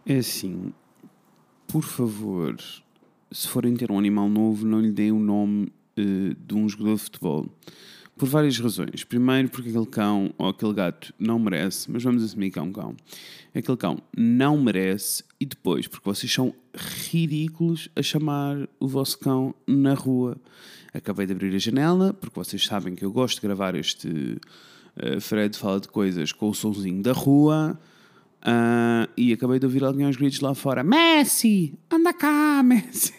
É assim, por favor, se forem ter um animal novo, não lhe deem o nome de um jogador de futebol. Por várias razões. Primeiro, porque aquele cão ou aquele gato não merece, mas vamos assumir que é um cão. Aquele cão não merece, e depois, porque vocês são ridículos a chamar o vosso cão na rua. Acabei de abrir a janela, porque vocês sabem que eu gosto de gravar este Fred fala de coisas com o sonzinho da rua. E acabei de ouvir alguém aos gritos lá fora: Messi! Anda cá, Messi!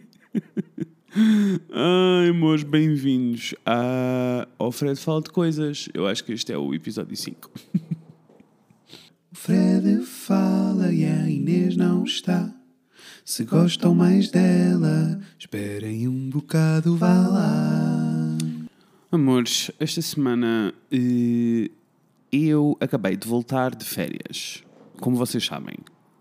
Ai, meus bem-vindos ao Fred Fala de Coisas. Eu acho que este é o episódio 5. O Fred fala e a Inês não está. Se gostam mais dela, esperem um bocado, vá lá. Amores, esta semana eu acabei de voltar de férias, como vocês sabem.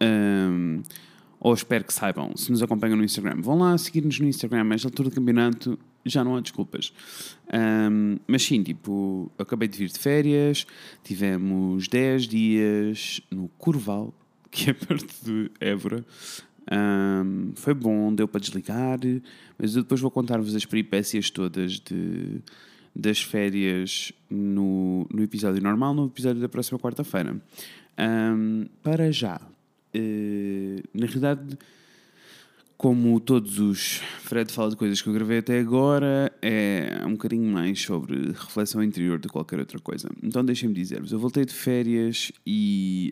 Ou espero que saibam, se nos acompanham no Instagram. Vão lá seguir-nos no Instagram, nesta altura do campeonato já não há desculpas. Mas sim, tipo, acabei de vir de férias, tivemos 10 dias no Curval, que é perto de Évora. Foi bom, deu para desligar, mas eu depois vou contar-vos as peripécias todas das férias no episódio normal, no episódio da próxima quarta-feira. Para já, na realidade, como todos os Fred fala de coisas que eu gravei até agora, é um bocadinho mais sobre reflexão interior do que qualquer outra coisa. Então deixem-me dizer-vos, eu voltei de férias e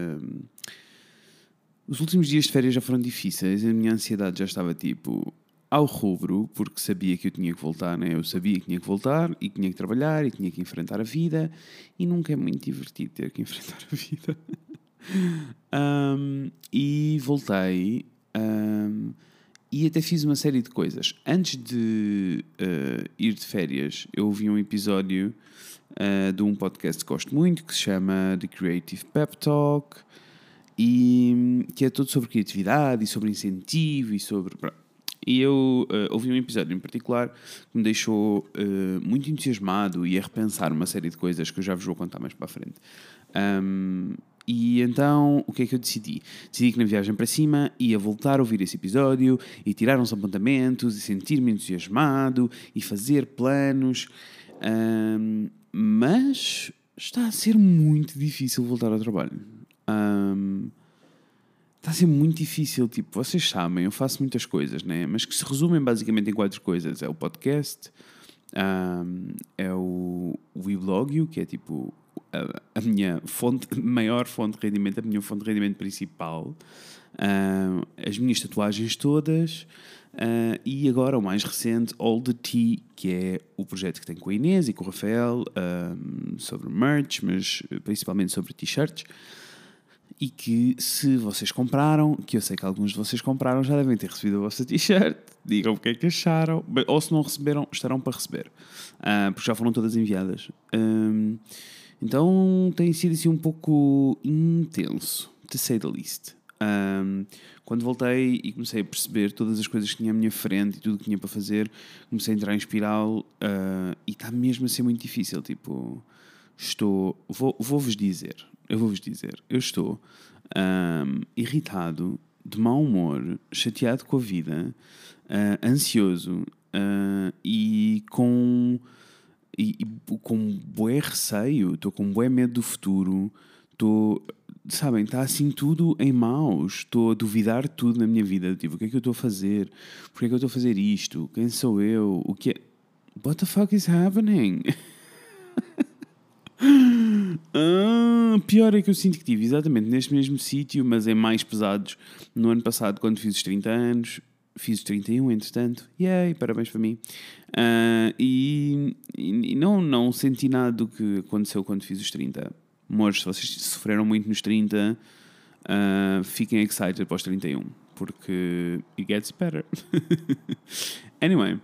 os últimos dias de férias já foram difíceis. A minha ansiedade já estava tipo ao rubro, porque sabia que eu tinha que voltar, né? Eu sabia que tinha que voltar e que tinha que trabalhar e tinha que enfrentar a vida, e nunca é muito divertido ter que enfrentar a vida. E voltei e até fiz uma série de coisas. Antes de ir de férias, eu ouvi um episódio de um podcast que gosto muito, que se chama The Creative Pep Talk, e que é todo sobre criatividade e sobre incentivo e sobre... E eu ouvi um episódio em particular que me deixou muito entusiasmado e a repensar uma série de coisas que eu já vos vou contar mais para a frente. E então, o que é que eu decidi? Decidi que na viagem para cima ia voltar a ouvir esse episódio e tirar uns apontamentos e sentir-me entusiasmado e fazer planos. Mas está a ser muito difícil voltar ao trabalho. Está a ser muito difícil, tipo, vocês sabem, eu faço muitas coisas, né? Mas que se resumem basicamente em 4 coisas. É o podcast, é o weblogio, que é tipo a minha maior fonte de rendimento, a minha fonte de rendimento principal, as minhas tatuagens todas, e agora o mais recente, All the Tea, que é o projeto que tenho com a Inês e com o Rafael, sobre merch, mas principalmente sobre t-shirts. E que se vocês compraram, que eu sei que alguns de vocês compraram, já devem ter recebido a vossa t-shirt, digam o que é que acharam, ou se não receberam, estarão para receber, porque já foram todas enviadas. Então tem sido assim um pouco intenso, to say the least. Quando voltei e comecei a perceber todas as coisas que tinha à minha frente e tudo o que tinha para fazer, comecei a entrar em espiral, e está mesmo a ser muito difícil, tipo... Vou-vos dizer, eu estou irritado, de mau humor, chateado com a vida, ansioso, e com bué receio, estou com bué medo do futuro, sabem, está assim tudo em maus, estou a duvidar de tudo na minha vida, tipo, o que é que eu estou a fazer? Porquê é que eu estou a fazer isto? Quem sou eu? O que é... What the fuck is happening? Pior é que eu sinto que estive exatamente neste mesmo sítio, mas em mais pesados, no ano passado, quando fiz os 30 anos. Fiz os 31, entretanto. Yay, parabéns para mim. E não senti nada do que aconteceu quando fiz os 30. Amores, se vocês sofreram muito nos 30, fiquem excited para os 31, porque it gets better. Anyway,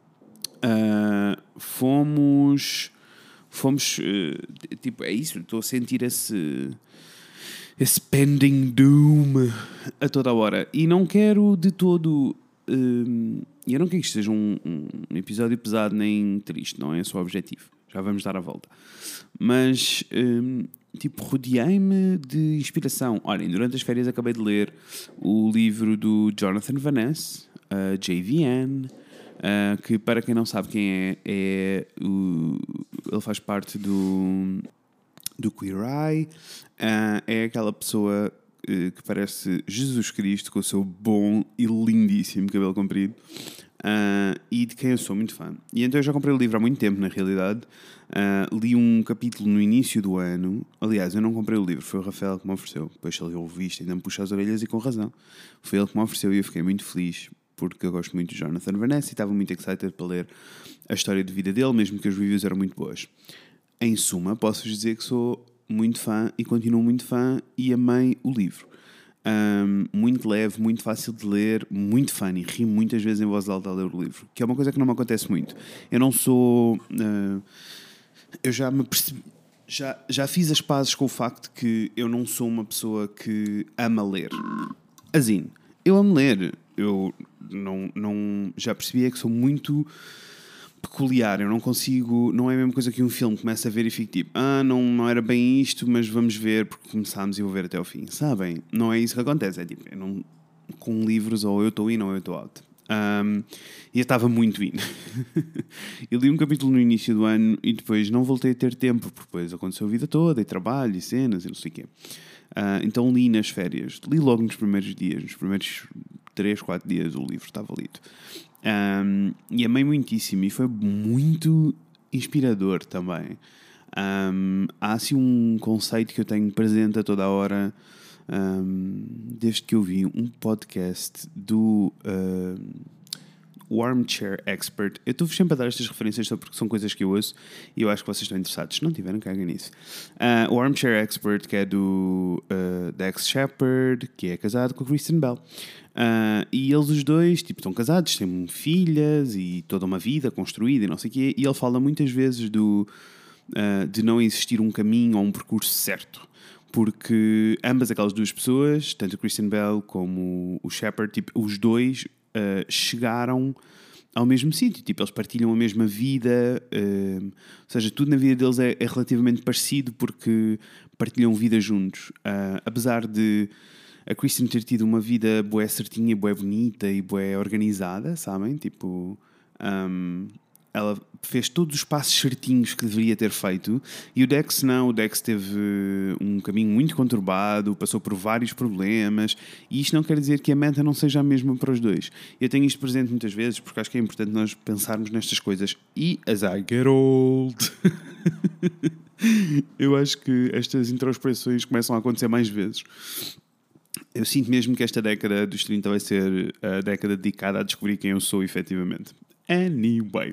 fomos, tipo, é isso, estou a sentir esse pending doom a toda a hora, e não quero de todo, eu não quero que isto seja um episódio pesado nem triste, não é esse o objetivo, já vamos dar a volta, mas tipo, rodeei-me de inspiração. Olhem, durante as férias acabei de ler o livro do Jonathan Van Ness, JVN, que para quem não sabe quem ele faz parte do Queer Eye, é aquela pessoa que parece Jesus Cristo com o seu bom e lindíssimo cabelo comprido, e de quem eu sou muito fã. E então eu já comprei o livro há muito tempo, na realidade. Li um capítulo no início do ano. Aliás, eu não comprei o livro, foi o Rafael que me ofereceu. Depois se ele ouviu isto, ainda me puxa as orelhas, e com razão. Foi ele que me ofereceu e eu fiquei muito feliz, porque eu gosto muito de Jonathan Van Ness e estava muito excited para ler a história de vida dele, mesmo que as reviews eram muito boas. Em suma, posso-vos dizer que sou muito fã e continuo muito fã e amei o livro. Muito leve, muito fácil de ler, muito funny. Ri muitas vezes em voz alta a ler o livro, que é uma coisa que não me acontece muito. Eu não sou... eu já me percebi... Já fiz as pazes com o facto que eu não sou uma pessoa que ama ler. Assim, eu amo ler. Eu não já percebi que sou muito peculiar. Eu não consigo... Não é a mesma coisa que um filme. Começa a ver e fico tipo... não era bem isto, mas vamos ver porque começámos e vou ver até ao fim. Sabem? Não é isso que acontece. É tipo... Eu não, com livros ou eu estou in ou eu estou out. E eu estava muito in. Eu li um capítulo no início do ano e depois não voltei a ter tempo, porque depois aconteceu a vida toda, e trabalho, e cenas, e não sei o quê. Então li nas férias. Li logo nos primeiros dias, nos primeiros 3, 4 dias o livro estava lido. E amei muitíssimo e foi muito inspirador também. Há assim um conceito que eu tenho presente a toda a hora, desde que eu vi um podcast do Armchair Expert. Eu estou sempre a dar estas referências só porque são coisas que eu ouço e eu acho que vocês estão interessados. Se não tiverem, caguem nisso. O Armchair Expert, que é do Dax Shepard, que é casado com a Kristen Bell. E eles os dois tipo, estão casados, têm filhas e toda uma vida construída e não sei o quê. E ele fala muitas vezes de não existir um caminho ou um percurso certo. Porque ambas aquelas duas pessoas, tanto a Kristen Bell como o Shepard, tipo, os dois chegaram ao mesmo sítio. Tipo, eles partilham a mesma vida, ou seja, tudo na vida deles é relativamente parecido porque partilham vida juntos. Apesar de a Kristen ter tido uma vida bué certinha, bué bonita e bué organizada, sabem? Tipo, ela fez todos os passos certinhos que deveria ter feito, e o Dex não. O Dex teve um caminho muito conturbado, passou por vários problemas, e isto não quer dizer que a meta não seja a mesma para os dois. Eu tenho isto presente muitas vezes porque acho que é importante nós pensarmos nestas coisas. E as I get old eu acho que estas introspecções começam a acontecer mais vezes. Eu sinto mesmo que esta década dos 30 vai ser a década dedicada a descobrir quem eu sou efetivamente. Anyway.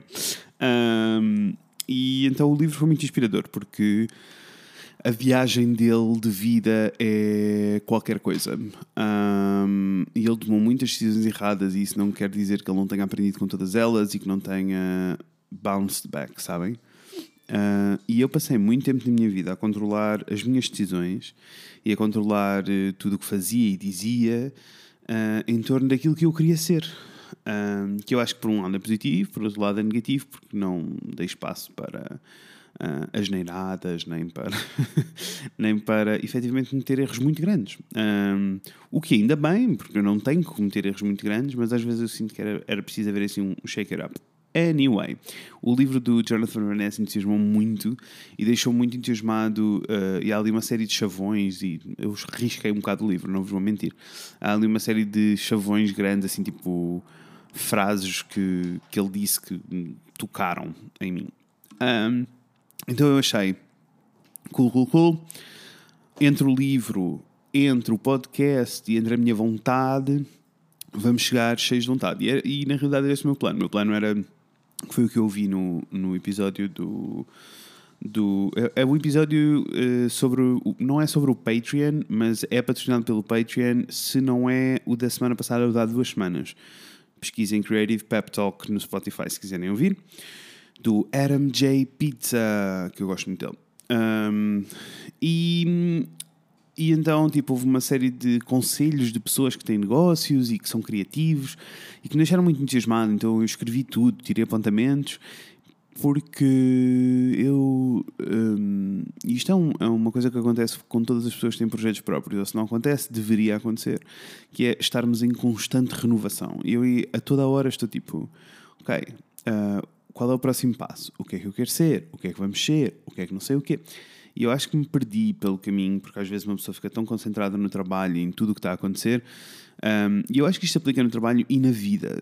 E então o livro foi muito inspirador porque a viagem dele de vida é qualquer coisa. E ele tomou muitas decisões erradas, e isso não quer dizer que ele não tenha aprendido com todas elas e que não tenha bounced back, sabem? E eu passei muito tempo na minha vida a controlar as minhas decisões e a controlar tudo o que fazia e dizia em torno daquilo que eu queria ser. Que eu acho que por um lado é positivo, por outro lado é negativo, porque não dei espaço para asneiradas, nem para nem para efetivamente cometer erros muito grandes. O que ainda bem, porque eu não tenho que cometer erros muito grandes, mas às vezes eu sinto que era preciso haver assim um shake it up. Anyway, o livro do Jonathan Van Ness entusiasmou muito e deixou muito entusiasmado, e há ali uma série de chavões, e eu risquei um bocado o livro, não vos vou mentir. Há ali uma série de chavões grandes, assim, tipo frases que ele disse que tocaram em mim. Então eu achei cool. Entre o livro, entre o podcast e entre a minha vontade, vamos chegar cheios de vontade. E na realidade era esse o meu plano. O meu plano era... que foi o que eu vi no episódio é o episódio sobre... Não é sobre o Patreon, mas é patrocinado pelo Patreon. Se não é o da semana passada, o da 2 semanas. Pesquisem Creative Pep Talk no Spotify se quiserem ouvir. Do Adam J. Pizza, que eu gosto muito dele. E então, tipo, houve uma série de conselhos de pessoas que têm negócios e que são criativos e que me deixaram muito entusiasmado. Então eu escrevi tudo, tirei apontamentos Porque isto é uma coisa que acontece com todas as pessoas que têm projetos próprios, ou se não acontece, deveria acontecer, que é estarmos em constante renovação. E eu a toda hora estou tipo, ok, qual é o próximo passo? O que é que eu quero ser? O que é que vamos ser? O que é que não sei o quê? E eu acho que me perdi pelo caminho, porque às vezes uma pessoa fica tão concentrada no trabalho e em tudo o que está a acontecer. E eu acho que isto se aplica no trabalho e na vida.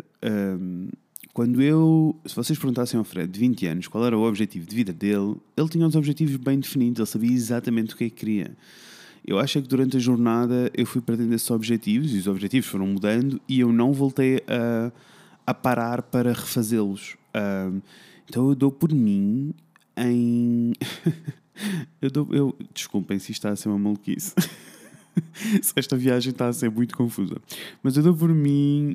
Se vocês perguntassem ao Fred, de 20 anos, qual era o objetivo de vida dele, ele tinha os objetivos bem definidos, ele sabia exatamente o que é que queria. Eu acho que durante a jornada eu fui perdendo esses objetivos, e os objetivos foram mudando, e eu não voltei a parar para refazê-los. Então eu dou por mim em... Desculpem se isto está a ser uma maluquice. Se esta viagem está a ser muito confusa. Mas eu dou por mim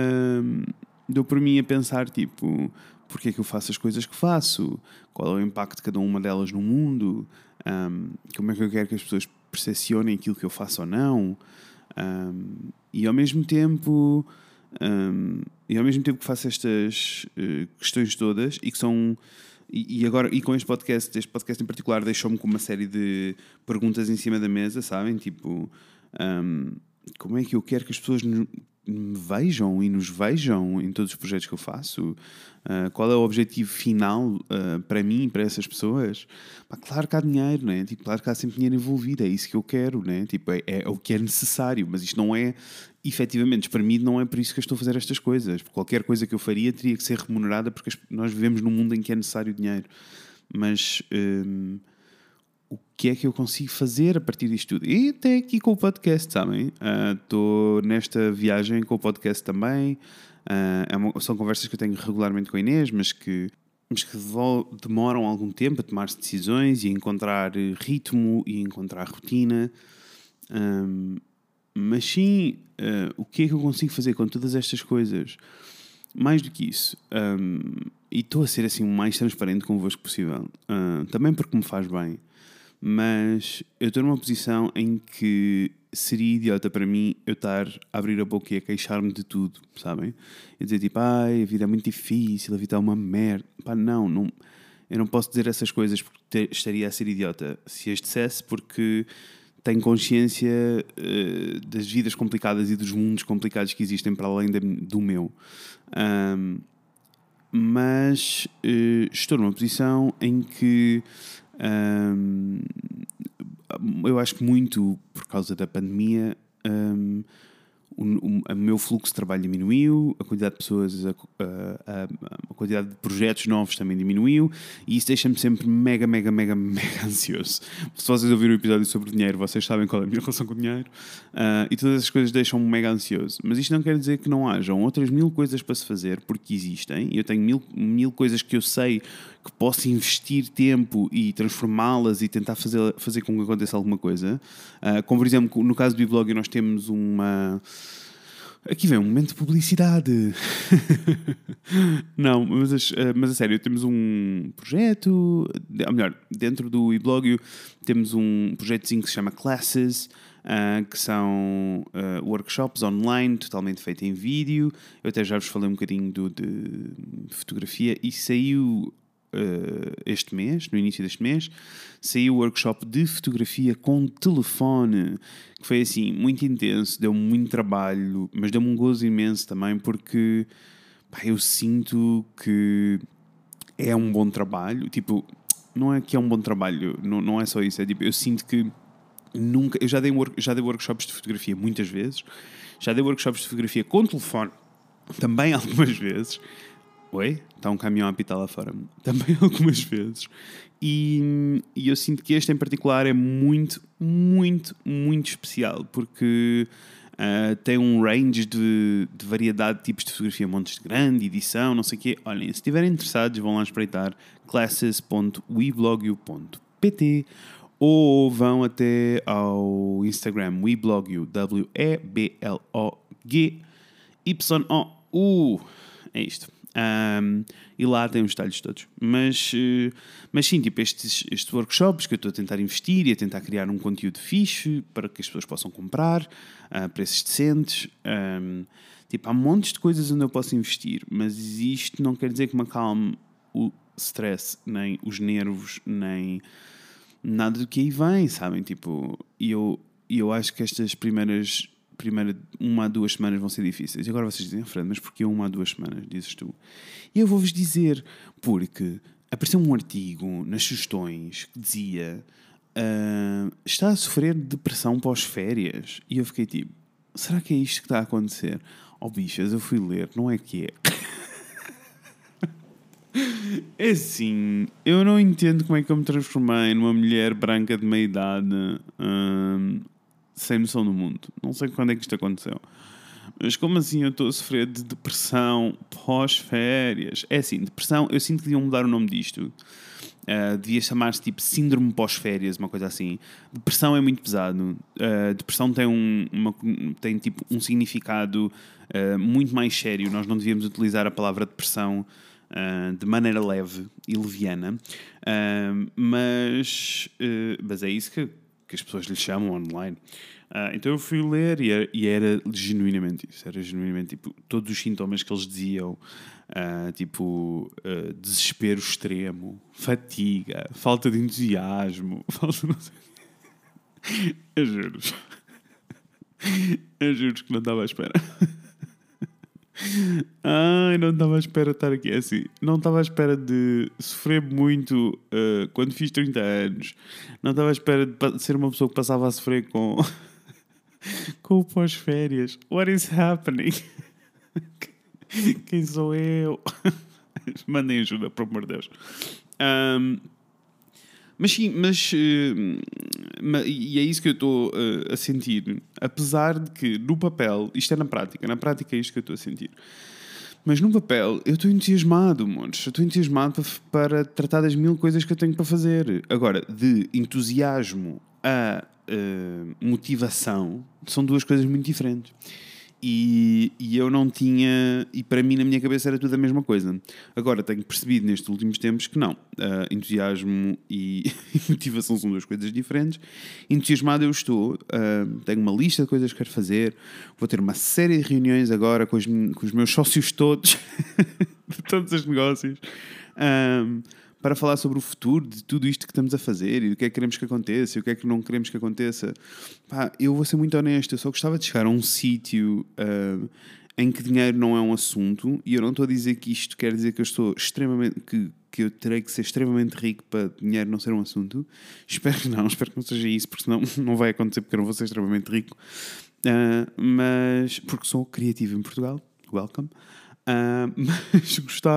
a pensar, tipo, porque é que eu faço as coisas que faço? Qual é o impacto de cada uma delas no mundo? Como é que eu quero que as pessoas percepcionem aquilo que eu faço ou não? E ao mesmo tempo que faço estas questões todas e que são... E agora, e com este podcast em particular deixou-me com uma série de perguntas em cima da mesa, sabem? Tipo, como é que eu quero que as pessoas me vejam e nos vejam em todos os projetos que eu faço? Qual é o objetivo final para mim e para essas pessoas? Pá, claro que há dinheiro, né? Tipo, claro que há sempre dinheiro envolvido, é isso que eu quero, né? Tipo, é o que é necessário, mas isto não é efetivamente espremido, não é por isso que eu estou a fazer estas coisas. Qualquer coisa que eu faria teria que ser remunerada porque nós vivemos num mundo em que é necessário dinheiro. Mas o que é que eu consigo fazer a partir disto tudo? E até aqui com o podcast, sabem? Estou nesta viagem com o podcast também. São conversas que eu tenho regularmente com a Inês, mas que demoram algum tempo a tomar-se decisões e a encontrar ritmo e a encontrar rotina. Mas sim, o que é que eu consigo fazer com todas estas coisas? Mais do que isso, e estou a ser assim o mais transparente convosco possível, também porque me faz bem, mas eu estou numa posição em que seria idiota para mim eu estar a abrir a boca e a queixar-me de tudo, sabem? E dizer tipo, ai, a vida é muito difícil, a vida é uma merda. Pá, não, eu não posso dizer essas coisas porque estaria a ser idiota se as dissesse, porque tenho consciência das vidas complicadas e dos mundos complicados que existem para além do meu. Mas estou numa posição em que eu acho que muito por causa da pandemia o meu fluxo de trabalho diminuiu, a quantidade de pessoas, a quantidade de projetos novos também diminuiu, e isso deixa-me sempre mega ansioso. Se vocês ouviram o episódio sobre dinheiro, vocês sabem qual é a minha relação com o dinheiro, e todas essas coisas deixam-me mega ansioso. Mas isto não quer dizer que não hajam outras 1000 coisas para se fazer, porque existem, e eu tenho mil coisas que eu sei que posso investir tempo e transformá-las e tentar fazer com que aconteça alguma coisa. Como, por exemplo, no caso do e-blog, nós temos uma... Aqui vem um momento de publicidade. Não, mas a sério, temos um projeto, ou melhor, dentro do e-blog temos um projetozinho que se chama Classes, que são workshops online, totalmente feito em vídeo. Eu até já vos falei um bocadinho de fotografia e saiu... este mês, no início deste mês, saiu o workshop de fotografia com telefone, que foi assim, muito intenso, deu-me muito trabalho, mas deu-me um gozo imenso também, porque eu sinto que é um bom trabalho, tipo, não é que é um bom trabalho, não é só isso, é tipo, eu sinto que eu já dei workshops de fotografia muitas vezes, já dei workshops de fotografia com telefone também algumas vezes. Oi? Está um caminhão a apitar lá fora. Também algumas vezes. E eu sinto que este em particular é muito especial, porque tem um range de variedade de tipos de fotografia, montes de grande, edição, não sei o quê. Olhem, se estiverem interessados, vão lá espreitar classes.weblogio.pt ou vão até ao Instagram weblogio, WEBLOGYO. É isto. E lá tem os detalhes todos. Mas sim, tipo, estes workshops que eu estou a tentar investir e a tentar criar um conteúdo fixe para que as pessoas possam comprar a preços decentes. Tipo, há montes de coisas onde eu posso investir, mas isto não quer dizer que me acalme stress, nem os nervos, nem nada do que aí vem, sabem? Tipo, eu acho que estas primeiras 1 a 2 semanas vão ser difíceis. E agora vocês dizem, Fred, mas porquê 1 a 2 semanas, dizes tu? E eu vou-vos dizer, porque apareceu um artigo nas sugestões que dizia está a sofrer de depressão pós-férias. E eu fiquei tipo, será que é isto que está a acontecer? Oh bichas, eu fui ler, não é que é. É assim, eu não entendo como é que eu me transformei numa mulher branca de meia idade sem noção do mundo. Não sei quando é que isto aconteceu. Mas como assim eu estou a sofrer de depressão pós-férias? É assim, depressão, eu sinto que deviam mudar o nome disto. Devia chamar-se tipo síndrome pós-férias, uma coisa assim. Depressão é muito pesado. Depressão tem tem tipo um significado muito mais sério. Nós não devíamos utilizar a palavra depressão de maneira leve e leviana, mas é isso que as pessoas lhe chamam online. Então eu fui ler e era genuinamente isso. Era genuinamente tipo, todos os sintomas que eles diziam, desespero extremo, fatiga, falta de entusiasmo, não sei. Eu juro. Eu juro que não estava à espera. Ai, não estava à espera de estar aqui. É assim, não estava à espera de sofrer muito quando fiz 30 anos. Não estava à espera de ser uma pessoa que passava a sofrer com, com o pós-férias. What is happening? Quem sou eu? Mandem ajuda, por amor de Deus. Mas sim, e é isso que eu estou a sentir. Apesar de que no papel, isto é na prática é isto que eu estou a sentir. Mas no papel eu estou entusiasmado, montes. Eu estou entusiasmado para tratar das 1000 coisas que eu tenho para fazer. Agora, de entusiasmo a motivação, são 2 coisas muito diferentes. E eu não tinha... E para mim, na minha cabeça, era tudo a mesma coisa. Agora, tenho percebido nestes últimos tempos que não. Entusiasmo e motivação são 2 coisas diferentes. Entusiasmado eu estou. Tenho uma lista de coisas que quero fazer. Vou ter uma série de reuniões agora com os meus sócios todos. De todos os negócios. Para falar sobre o futuro de tudo isto que estamos a fazer e do que é que queremos que aconteça e o que é que não queremos que aconteça. Eu vou ser muito honesto, eu só gostava de chegar a um sítio em que dinheiro não é um assunto, e eu não estou a dizer que isto quer dizer que eu estou extremamente... que eu terei que ser extremamente rico para dinheiro não ser um assunto. Espero que não seja isso, porque senão não vai acontecer, porque eu não vou ser extremamente rico. Mas porque sou criativo em Portugal, welcome. Mas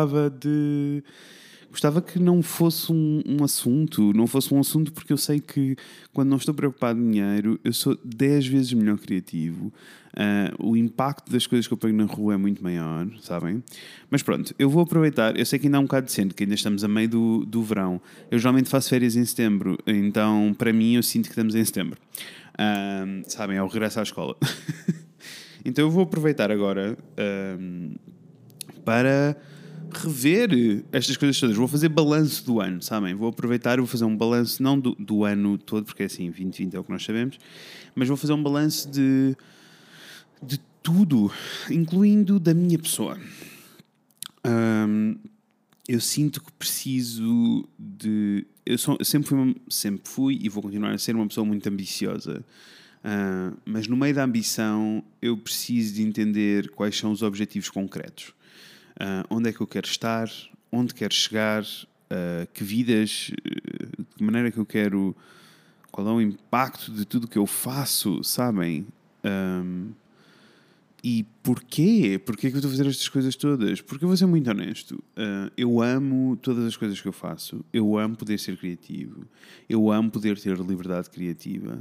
gostava que não fosse um assunto, porque eu sei que quando não estou preocupado em dinheiro, eu sou 10 vezes melhor criativo. O impacto das coisas que eu pego na rua é muito maior, sabem? Mas pronto, eu vou aproveitar. Eu sei que ainda há um bocado decente, que ainda estamos a meio do verão. Eu geralmente faço férias em setembro, então para mim eu sinto que estamos em setembro. Sabem, é o regresso à escola. Então eu vou aproveitar agora para rever estas coisas todas. Vou fazer balanço do ano, sabem? Vou aproveitar e vou fazer um balanço, não do ano todo, porque é assim, 2020 é o que nós sabemos, mas vou fazer um balanço de tudo, incluindo da minha pessoa. Eu sinto que preciso de... Eu sempre fui e vou continuar a ser uma pessoa muito ambiciosa. Mas no meio da ambição eu preciso de entender quais são os objetivos concretos. Onde é que eu quero estar, onde quero chegar, que vidas, de maneira que eu quero, qual é o impacto de tudo que eu faço, sabem? E porquê? Porquê que eu estou a fazer estas coisas todas? Porque eu vou ser muito honesto. Eu amo todas as coisas que eu faço. Eu amo poder ser criativo. Eu amo poder ter liberdade criativa.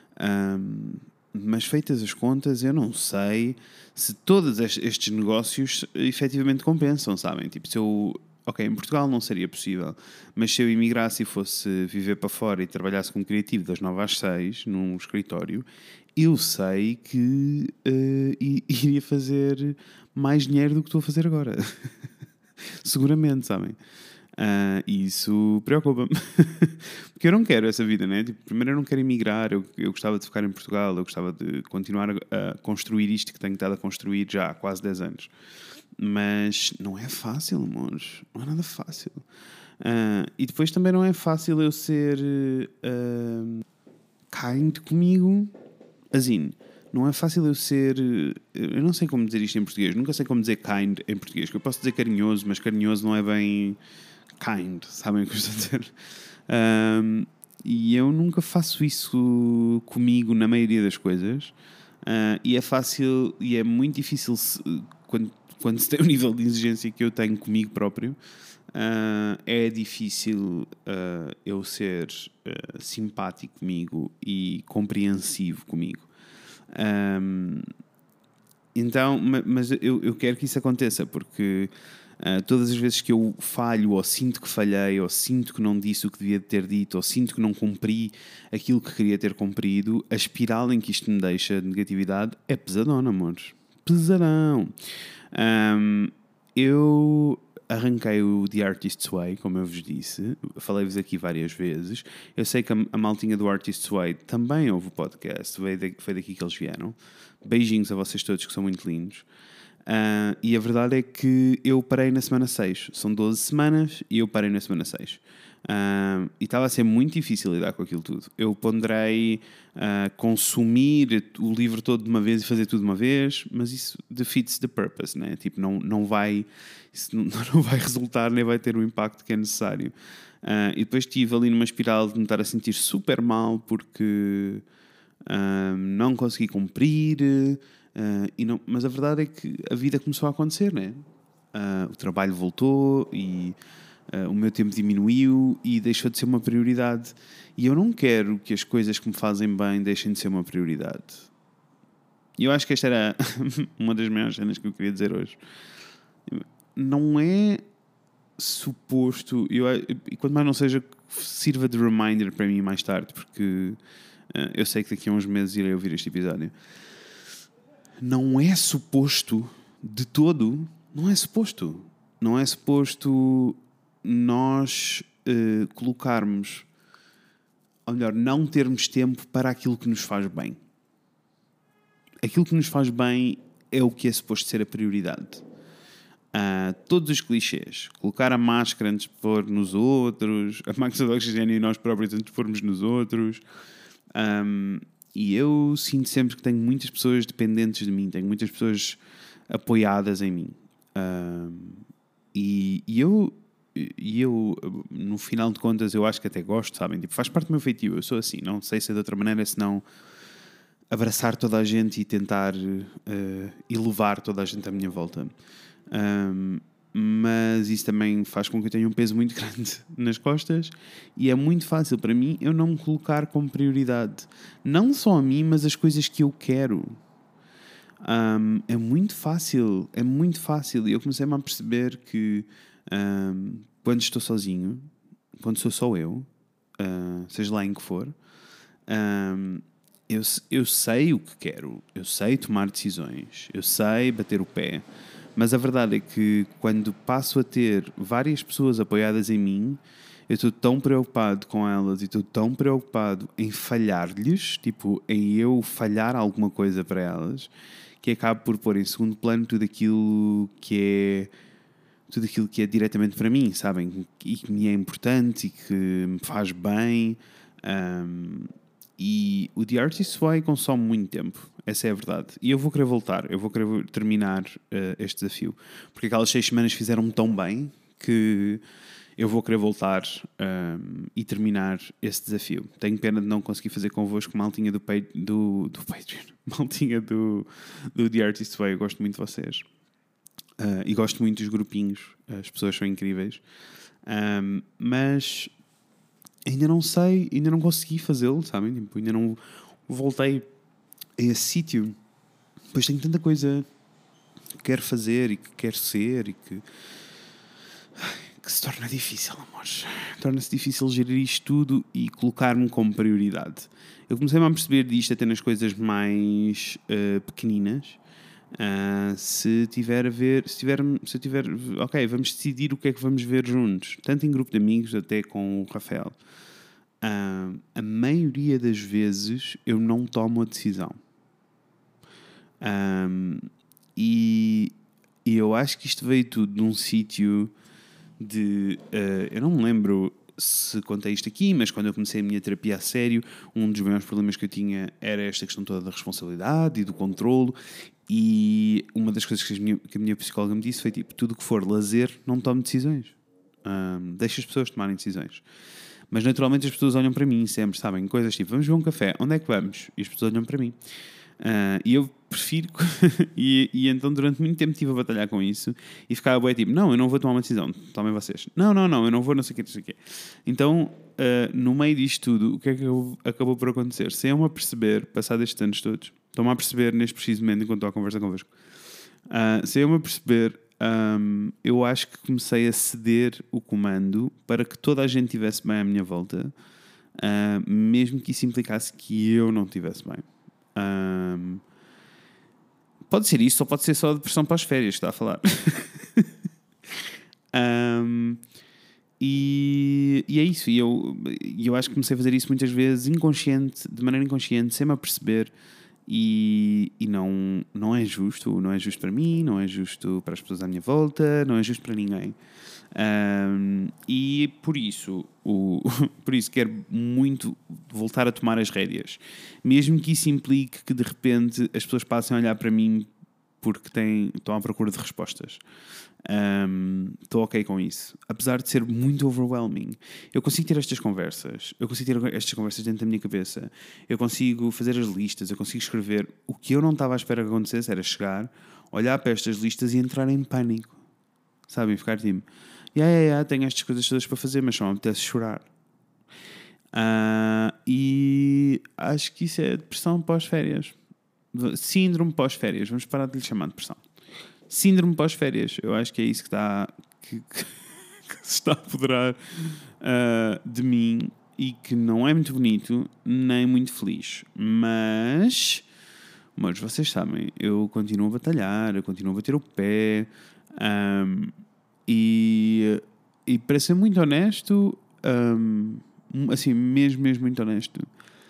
Mas feitas as contas, eu não sei se todos estes negócios efetivamente compensam, sabem? Tipo, se eu... Ok, em Portugal não seria possível, mas se eu imigrasse e fosse viver para fora e trabalhasse como criativo das 9 às 6 num escritório, eu sei que iria fazer mais dinheiro do que estou a fazer agora. Seguramente, sabem? E isso preocupa-me. Porque eu não quero essa vida, né? Tipo, primeiro eu não quero emigrar, eu gostava de ficar em Portugal, eu gostava de continuar a construir isto que tenho estado a construir já há quase 10 anos. Mas não é fácil, amores. Não é nada fácil. E depois também não é fácil eu ser kind comigo. Assim, não é fácil eu ser... Eu não sei como dizer isto em português. Nunca sei como dizer kind em português. Eu posso dizer carinhoso, mas carinhoso não é bem kind. Sabem o que eu estou a dizer? E eu nunca faço isso comigo na maioria das coisas. E é fácil... E é muito difícil quando se tem o nível de exigência que eu tenho comigo próprio. É difícil eu ser simpático comigo e compreensivo comigo. Então, mas eu quero que isso aconteça, porque todas as vezes que eu falho, ou sinto que falhei, ou sinto que não disse o que devia ter dito, ou sinto que não cumpri aquilo que queria ter cumprido, a espiral em que isto me deixa de negatividade é pesadona, amores. Pesadão. Eu arranquei o The Artist's Way, como eu vos disse, falei-vos aqui várias vezes. Eu sei que a maltinha do Artist's Way também ouve o podcast, foi daqui que eles vieram. Beijinhos a vocês todos que são muito lindos. E a verdade é que eu parei na semana 6. São 12 semanas e eu parei na semana 6. E estava a ser muito difícil lidar com aquilo tudo. Eu ponderei consumir o livro todo de uma vez e fazer tudo de uma vez, mas isso defeats the purpose, né? Tipo, não vai, isso não vai resultar nem vai ter o impacto que é necessário. E depois estive ali numa espiral de me estar a sentir super mal porque não consegui cumprir. Mas a verdade é que a vida começou a acontecer, né? O trabalho voltou e o meu tempo diminuiu e deixou de ser uma prioridade. E eu não quero que as coisas que me fazem bem deixem de ser uma prioridade. E eu acho que esta era uma das maiores cenas que eu queria dizer hoje. Não é suposto, e quanto mais não seja, sirva de reminder para mim mais tarde, porque eu sei que daqui a uns meses irei ouvir este episódio. Não é suposto de todo, não é suposto nós colocarmos, ou melhor, não termos tempo para aquilo que nos faz bem. Aquilo que nos faz bem é o que é suposto ser a prioridade. Todos os clichês, colocar a máscara antes de pôr nos outros, a máquina de oxigênio e nós próprios antes de pormos nos outros. E eu sinto sempre que tenho muitas pessoas dependentes de mim, tenho muitas pessoas apoiadas em mim. E eu, no final de contas, eu acho que até gosto, sabem? Tipo, faz parte do meu feitio, eu sou assim, não sei ser de outra maneira senão abraçar toda a gente e tentar elevar toda a gente à minha volta. Mas isso também faz com que eu tenha um peso muito grande nas costas e é muito fácil para mim eu não me colocar como prioridade, não só a mim, mas as coisas que eu quero. É muito fácil e eu comecei-me a perceber que quando estou sozinho, quando sou só eu, seja lá em que for, eu sei o que quero, eu sei tomar decisões, eu sei bater o pé. Mas a verdade é que quando passo a ter várias pessoas apoiadas em mim, eu estou tão preocupado com elas e estou tão preocupado em falhar-lhes, tipo, em eu falhar alguma coisa para elas, que acabo por pôr em segundo plano tudo aquilo que é diretamente para mim, sabem? E que me é importante e que me faz bem. E o The Artist's Way consome muito tempo, essa é a verdade. E eu vou querer voltar, eu vou querer terminar este desafio, porque aquelas 6 semanas fizeram-me tão bem que eu vou querer voltar e terminar esse desafio. Tenho pena de não conseguir fazer convosco maltinha do Patreon, maltinha do The Artist's Way. Eu gosto muito de vocês e gosto muito dos grupinhos, as pessoas são incríveis, mas ainda não sei, ainda não consegui fazê-lo, sabem? Tipo, ainda não voltei a esse sítio. Depois tenho tanta coisa que quero fazer e que quero ser e que se torna difícil, amores. Torna-se difícil gerir isto tudo e colocar-me como prioridade. Eu comecei-me a perceber disto até nas coisas mais pequeninas. Se eu tiver, ok, vamos decidir o que é que vamos ver juntos, tanto em grupo de amigos até com o Rafael. A maioria das vezes eu não tomo a decisão. E eu acho que isto veio tudo de um sítio eu não me lembro se contei isto aqui, mas quando eu comecei a minha terapia a sério, um dos maiores problemas que eu tinha era esta questão toda da responsabilidade e do controlo, e uma das coisas que a minha psicóloga me disse foi tipo, tudo que for lazer, não tome decisões. Deixa as pessoas tomarem decisões. Mas naturalmente as pessoas olham para mim sempre, sabem? Coisas tipo, vamos ver um café, onde é que vamos? E as pessoas olham para mim. E eu prefiro e então durante muito tempo estive a batalhar com isso e ficava bué tipo, não, eu não vou tomar uma decisão, tomem vocês, não, eu não vou não sei o quê. Então no meio disto tudo, o que é que acabou por acontecer? Sem eu me aperceber, passado estes anos todos, estou-me a perceber neste preciso momento enquanto estou a conversa convosco, sem eu me aperceber, eu acho que comecei a ceder o comando para que toda a gente estivesse bem à minha volta, mesmo que isso implicasse que eu não estivesse bem. Pode ser isso, ou pode ser só a depressão pós-férias que está a falar. E é isso. E eu acho que comecei a fazer isso muitas vezes de maneira inconsciente, sem me aperceber. E não é justo. Não é justo para mim, não é justo para as pessoas à minha volta, não é justo para ninguém. E por isso quero muito voltar a tomar as rédeas, mesmo que isso implique que de repente as pessoas passem a olhar para mim porque estão à procura de respostas. Estou ok com isso, apesar de ser muito overwhelming. Eu consigo ter estas conversas dentro da minha cabeça, eu consigo fazer as listas, eu consigo escrever. O que eu não estava à espera que acontecesse era chegar, olhar para estas listas e entrar em pânico, sabem? Ficar tipo, tenho estas coisas todas para fazer, mas só me apetece chorar. E acho que isso é depressão pós-férias. Síndrome pós-férias. Vamos parar de lhe chamar de depressão. Síndrome pós-férias. Eu acho que é isso que se está a apoderar de mim e que não é muito bonito nem muito feliz. Mas vocês sabem, eu continuo a batalhar, eu continuo a bater o pé. E para ser muito honesto, assim, mesmo muito honesto,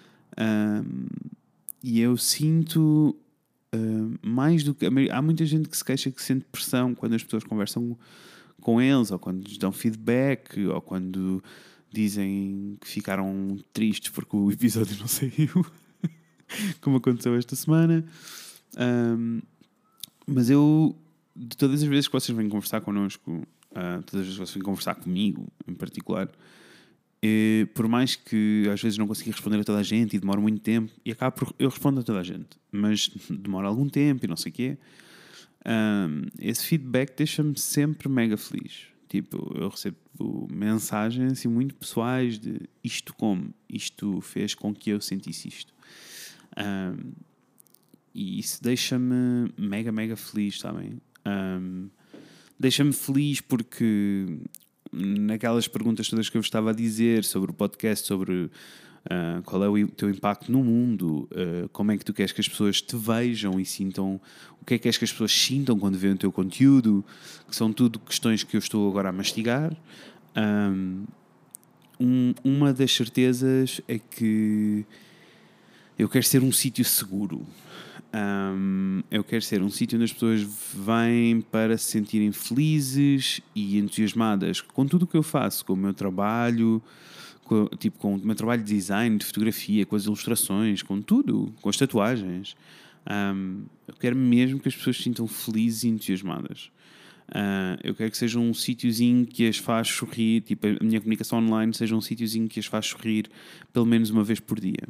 e eu sinto mais do que... Há muita gente que se queixa que sente pressão quando as pessoas conversam com eles, ou quando lhes dão feedback, ou quando dizem que ficaram tristes porque o episódio não saiu, como aconteceu esta semana. Mas eu, de todas as vezes que vocês vêm conversar connosco, todas as vezes que vocês vêm conversar comigo em particular, por mais que às vezes não consiga responder a toda a gente e demora muito tempo, e eu respondo a toda a gente, mas demora algum tempo e não sei o quê, esse feedback deixa-me sempre mega feliz. Tipo, eu recebo mensagens assim muito pessoais de isto fez com que eu sentisse isto. E isso deixa-me mega feliz, sabem? Deixa-me feliz porque naquelas perguntas todas que eu estava a dizer sobre o podcast, sobre qual é o teu impacto no mundo, como é que tu queres que as pessoas te vejam e sintam, o que é que queres que as pessoas sintam quando veem o teu conteúdo, que são tudo questões que eu estou agora a mastigar. Uma das certezas é que eu quero ser um sítio seguro. Eu quero ser um sítio onde as pessoas vêm para se sentirem felizes e entusiasmadas com tudo o que eu faço, com o meu trabalho, com o meu trabalho de design, de fotografia, com as ilustrações, com tudo, com as tatuagens. Eu quero mesmo que as pessoas se sintam felizes e entusiasmadas. Eu quero que seja um sítiozinho que as faz sorrir, tipo a minha comunicação online seja um sítiozinho que as faz sorrir pelo menos uma vez por dia.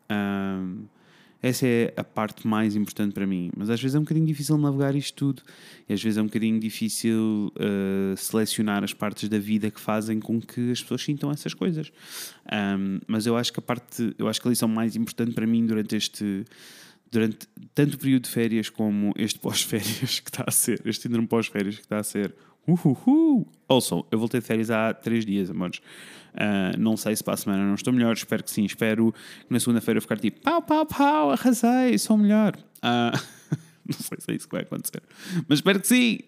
Essa é a parte mais importante para mim. Mas às vezes é um bocadinho difícil navegar isto tudo. E às vezes é um bocadinho difícil selecionar as partes da vida que fazem com que as pessoas sintam essas coisas. Mas eu acho que a lição mais importante para mim durante tanto o período de férias como este pós-férias que está a ser, este síndrome pós-férias que está a ser. Also, eu voltei de férias há 3 dias, amores. Não sei se para a semana não estou melhor, espero que sim. Espero que na segunda-feira eu ficar tipo pau, arrasei, sou melhor. Não sei se é isso que vai acontecer, mas espero que sim.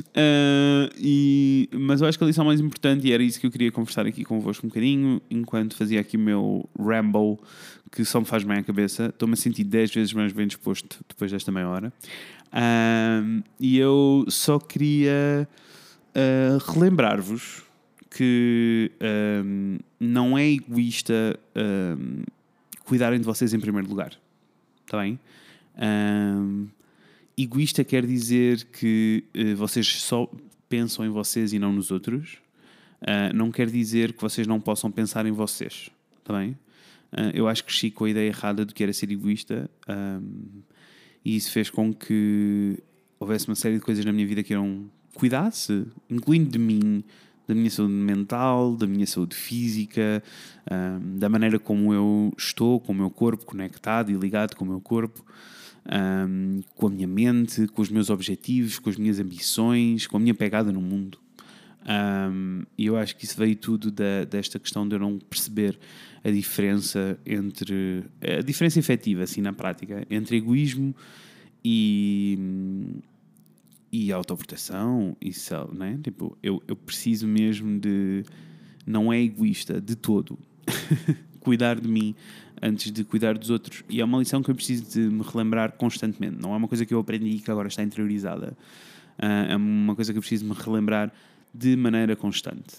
Mas eu acho que a lição mais importante, e era isso que eu queria conversar aqui convosco um bocadinho, enquanto fazia aqui o meu ramble, que só me faz bem a cabeça. Estou-me a sentir 10 vezes mais bem disposto depois desta meia hora. E eu só queria relembrar-vos que não é egoísta cuidarem de vocês em primeiro lugar. Está bem? Egoísta quer dizer que vocês só pensam em vocês e não nos outros. Não quer dizer que vocês não possam pensar em vocês. Está bem? Eu acho que cresci com a ideia errada do que era ser egoísta, e isso fez com que houvesse uma série de coisas na minha vida que eu cuidasse, incluindo de mim, da minha saúde mental, da minha saúde física, da maneira como eu estou com o meu corpo conectado e ligado com o meu corpo, com a minha mente, com os meus objetivos, com as minhas ambições, com a minha pegada no mundo. E eu acho que isso veio tudo desta questão de eu não perceber a diferença efetiva, assim, na prática, entre egoísmo e autoproteção, não é? Tipo, eu preciso mesmo de... Não é egoísta de todo cuidar de mim antes de cuidar dos outros. E é uma lição que eu preciso de me relembrar constantemente. Não é uma coisa que eu aprendi e que agora está interiorizada. É uma coisa que eu preciso me relembrar de maneira constante.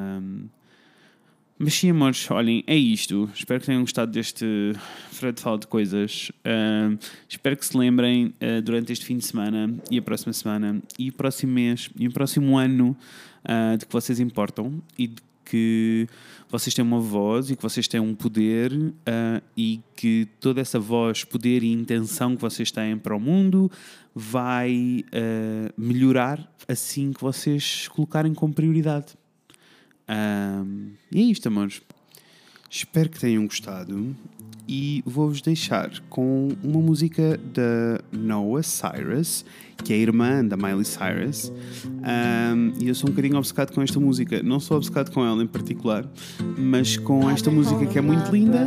Mas sim, amores, olhem, é isto. Espero que tenham gostado deste Fred Fala de Coisas. Espero que se lembrem durante este fim de semana e a próxima semana e o próximo mês e o próximo ano de que vocês importam e de que vocês têm uma voz e que vocês têm um poder, e que toda essa voz, poder e intenção que vocês têm para o mundo vai melhorar assim que vocês colocarem como prioridade. E é isto, amores. Espero que tenham gostado e vou-vos deixar com uma música da Noah Cyrus, que é a irmã da Miley Cyrus, e eu sou um bocadinho obcecado com esta música. Não sou obcecado com ela em particular, mas com esta música que é muito linda.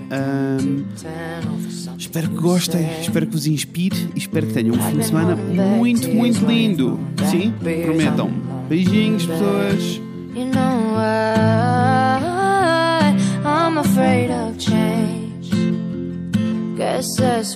Espero que gostem, espero que vos inspire e espero que tenham um fim de semana muito, muito lindo. Sim? Prometam. Beijinhos, pessoas. You know I'm afraid of change. Guess that's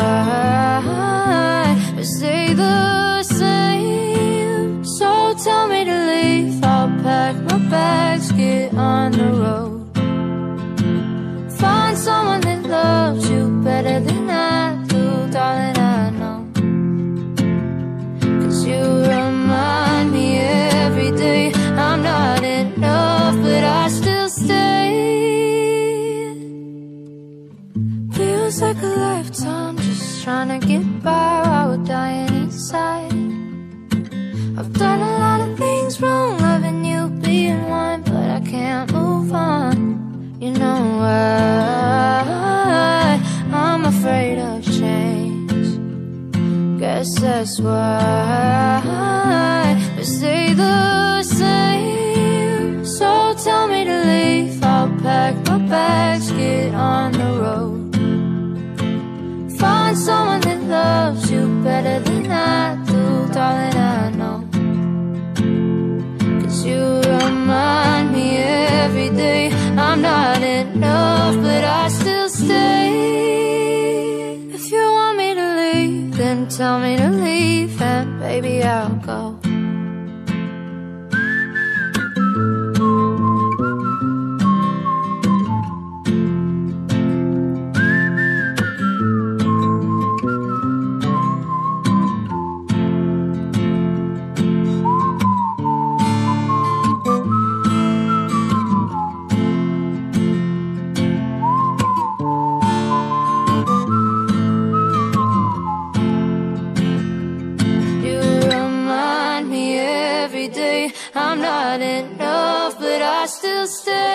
why I stay the same. So tell me to leave, I'll pack my bags, get on the road. Find someone that loves you better than I do, darling, I know. 'Cause you remind me every day I'm not enough, but I still stay. Feels like a lifetime just trying to get by while we're dying inside. I've done a lot of things wrong, loving you being one, but I can't move on. You know I'm afraid of change. Guess that's why we stay the same. So tell me to leave, I'll pack my bags, get on the road. Find someone that loves you better than I do, darling, I know. 'Cause you remind me every day I'm not enough, but I still stay. If you want me to leave, then tell me to leave, and baby I'll go. I'm not enough, but I still stay.